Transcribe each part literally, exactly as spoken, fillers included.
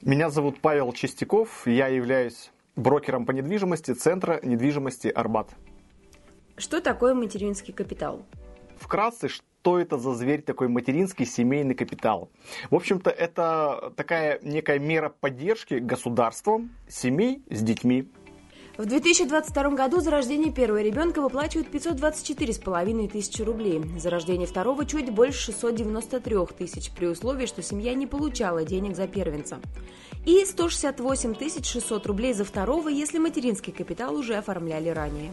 Меня зовут Павел Чистяков, я являюсь брокером по недвижимости Центра недвижимости Арбат. Что такое материнский капитал? Вкратце, что это за зверь такой материнский семейный капитал? В общем-то, это такая некая мера поддержки государством семей с детьми. В две тысячи двадцать втором году за рождение первого ребенка выплачивают пятьсот двадцать четыре с половиной тысячи рублей. За рождение второго чуть больше шестьсот девяносто три тысяч, при условии, что семья не получала денег за первенца. И сто шестьдесят восемь тысяч шестьсот рублей за второго, если материнский капитал уже оформляли ранее.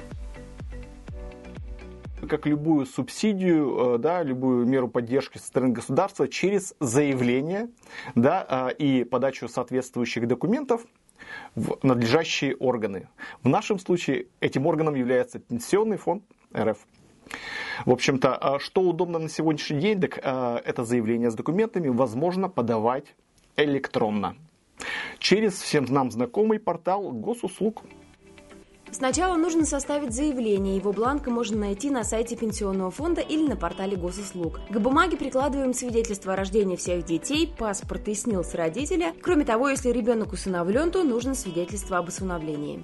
Как любую субсидию, да, любую меру поддержки со стороны государства через заявление, да, и подачу соответствующих документов в надлежащие органы. В нашем случае этим органом является Пенсионный фонд эр эф. В общем-то, что удобно на сегодняшний день, так это заявление с документами возможно подавать электронно через всем нам знакомый портал госуслуг. Сначала нужно составить заявление, его бланк можно найти на сайте Пенсионного фонда или на портале госуслуг. К бумаге прикладываем свидетельство о рождении всех детей, паспорт и СНИЛС родителя. Кроме того, если ребенок усыновлен, то нужно свидетельство об усыновлении.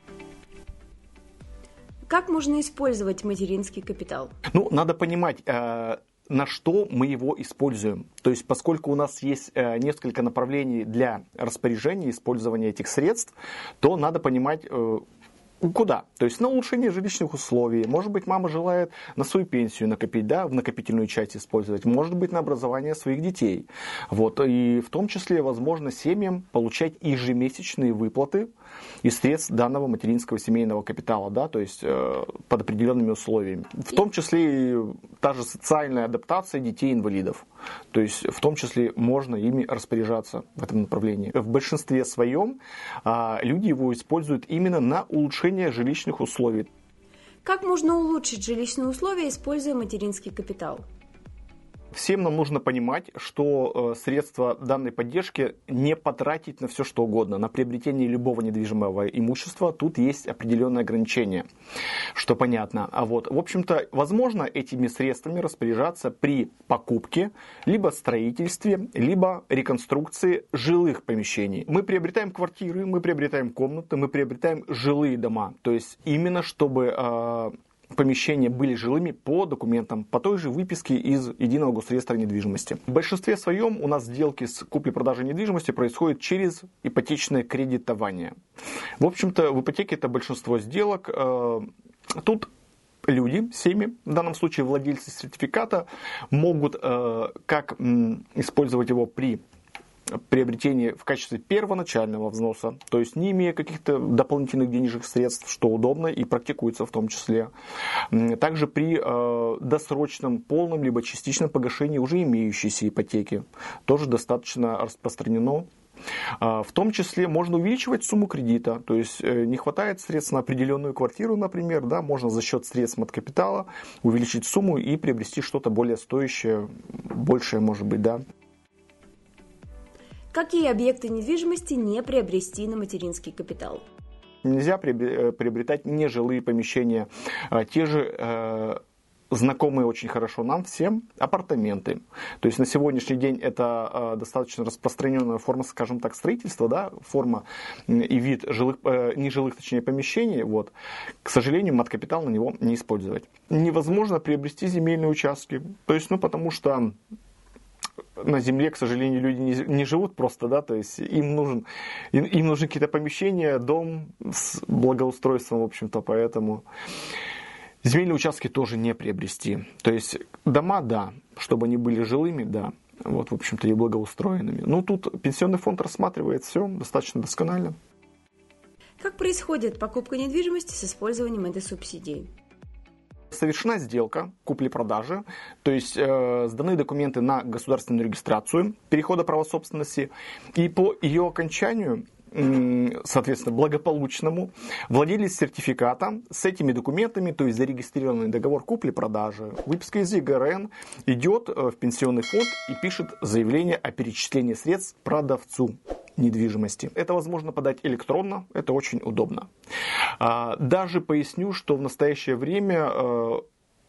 Как можно использовать материнский капитал? Ну, надо понимать, э на что мы его используем. То есть, поскольку у нас есть э, несколько направлений для распоряжения, использования этих средств, то надо понимать, э, куда. То есть, на улучшение жилищных условий. Может быть, мама желает на свою пенсию накопить, да, в накопительную часть использовать. Может быть, на образование своих детей. Вот. И в том числе, возможно, семьям получать ежемесячные выплаты из средств данного материнского семейного капитала, да, то есть э, под определенными условиями. В том числе и та же социальная адаптация детей-инвалидов. То есть в том числе можно ими распоряжаться в этом направлении. В большинстве своем э, люди его используют именно на улучшение жилищных условий. Как можно улучшить жилищные условия, используя материнский капитал? Всем нам нужно понимать, что средства данной поддержки не потратить на все что угодно. На приобретение любого недвижимого имущества тут есть определенные ограничения, что понятно. А вот, в общем-то, возможно этими средствами распоряжаться при покупке, либо строительстве, либо реконструкции жилых помещений. Мы приобретаем квартиры, мы приобретаем комнаты, мы приобретаем жилые дома. То есть именно чтобы помещения были жилыми по документам, по той же выписке из Единого госреестра недвижимости. В большинстве своем у нас сделки с куплей-продажей недвижимости происходят через ипотечное кредитование. В общем-то, в ипотеке это большинство сделок. Тут люди, семьи, в данном случае владельцы сертификата, могут как использовать его при приобретение в качестве первоначального взноса, то есть не имея каких-то дополнительных денежных средств, что удобно и практикуется в том числе. Также при э, досрочном, полном либо частичном погашении уже имеющейся ипотеки тоже достаточно распространено. В том числе можно увеличивать сумму кредита, то есть не хватает средств на определенную квартиру, например, да, можно за счет средств от капитала увеличить сумму и приобрести что-то более стоящее, большее может быть, да. Какие объекты недвижимости не приобрести на материнский капитал? Нельзя приобретать нежилые помещения. Те же э, знакомые очень хорошо нам всем апартаменты. То есть на сегодняшний день это э, достаточно распространенная форма, скажем так, строительства, да, форма и вид жилых, э, нежилых, точнее, помещений. Вот. К сожалению, мат-капитал на него не использовать. Невозможно приобрести земельные участки. То есть, ну, потому что на земле, к сожалению, люди не, не живут просто, да, то есть им, нужен, им, им нужны какие-то помещения, дом с благоустройством, в общем-то, поэтому земельные участки тоже не приобрести. То есть дома, да, чтобы они были жилыми, да, вот, в общем-то, и благоустроенными. Ну, тут пенсионный фонд рассматривает все достаточно досконально. Как происходит покупка недвижимости с использованием этой субсидии? Совершена сделка купли-продажи, то есть э, сданы документы на государственную регистрацию перехода права собственности, и по ее окончанию, э, соответственно, благополучному, владелец сертификата с этими документами, то есть зарегистрированный договор купли-продажи, выписка из ЕГРН, идет в пенсионный фонд и пишет заявление о перечислении средств продавцу недвижимости. Это возможно подать электронно, это очень удобно. Даже поясню, что в настоящее время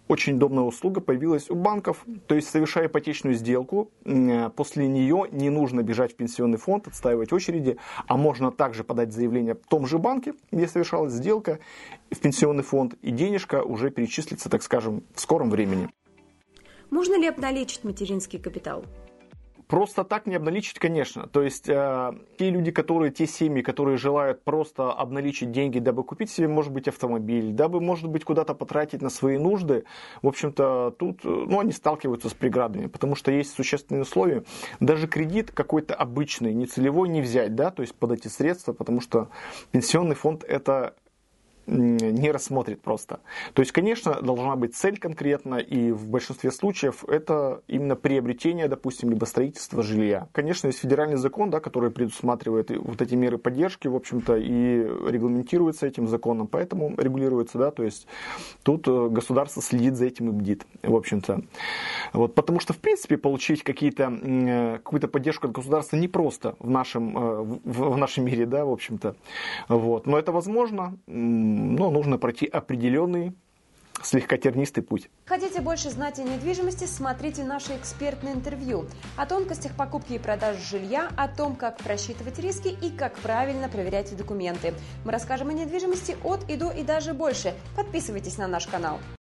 очень удобная услуга появилась у банков. То есть, совершая ипотечную сделку, после нее не нужно бежать в пенсионный фонд, отстаивать очереди, а можно также подать заявление в том же банке, где совершалась сделка, в пенсионный фонд, и денежка уже перечислится, так скажем, в скором времени. Можно ли обналичить материнский капитал? Просто так не обналичить, конечно. То есть, э, те люди, которые, те семьи, которые желают просто обналичить деньги, дабы купить себе, может быть, автомобиль, дабы, может быть, куда-то потратить на свои нужды, в общем-то, тут, ну, они сталкиваются с преградами, потому что есть существенные условия. Даже кредит какой-то обычный, нецелевой не взять, да, то есть под эти средства, потому что пенсионный фонд это не рассмотрит просто. То есть, конечно, должна быть цель конкретно, и в большинстве случаев это именно приобретение, допустим, либо строительство жилья. Конечно, есть федеральный закон, да, который предусматривает вот эти меры поддержки, в общем-то, и регламентируется этим законом, поэтому регулируется, да, то есть тут государство следит за этим и бдит, в общем-то. Вот, потому что, в принципе, получить какие-то, какую-то поддержку от государства непросто в нашем, в, в нашем мире, да, в общем-то. Вот. Но это возможно. Но нужно пройти определенный, слегка тернистый путь. Хотите больше знать о недвижимости? Смотрите наше экспертное интервью о тонкостях покупки и продажи жилья, о том, как просчитывать риски и как правильно проверять документы. Мы расскажем о недвижимости от и до и даже больше. Подписывайтесь на наш канал.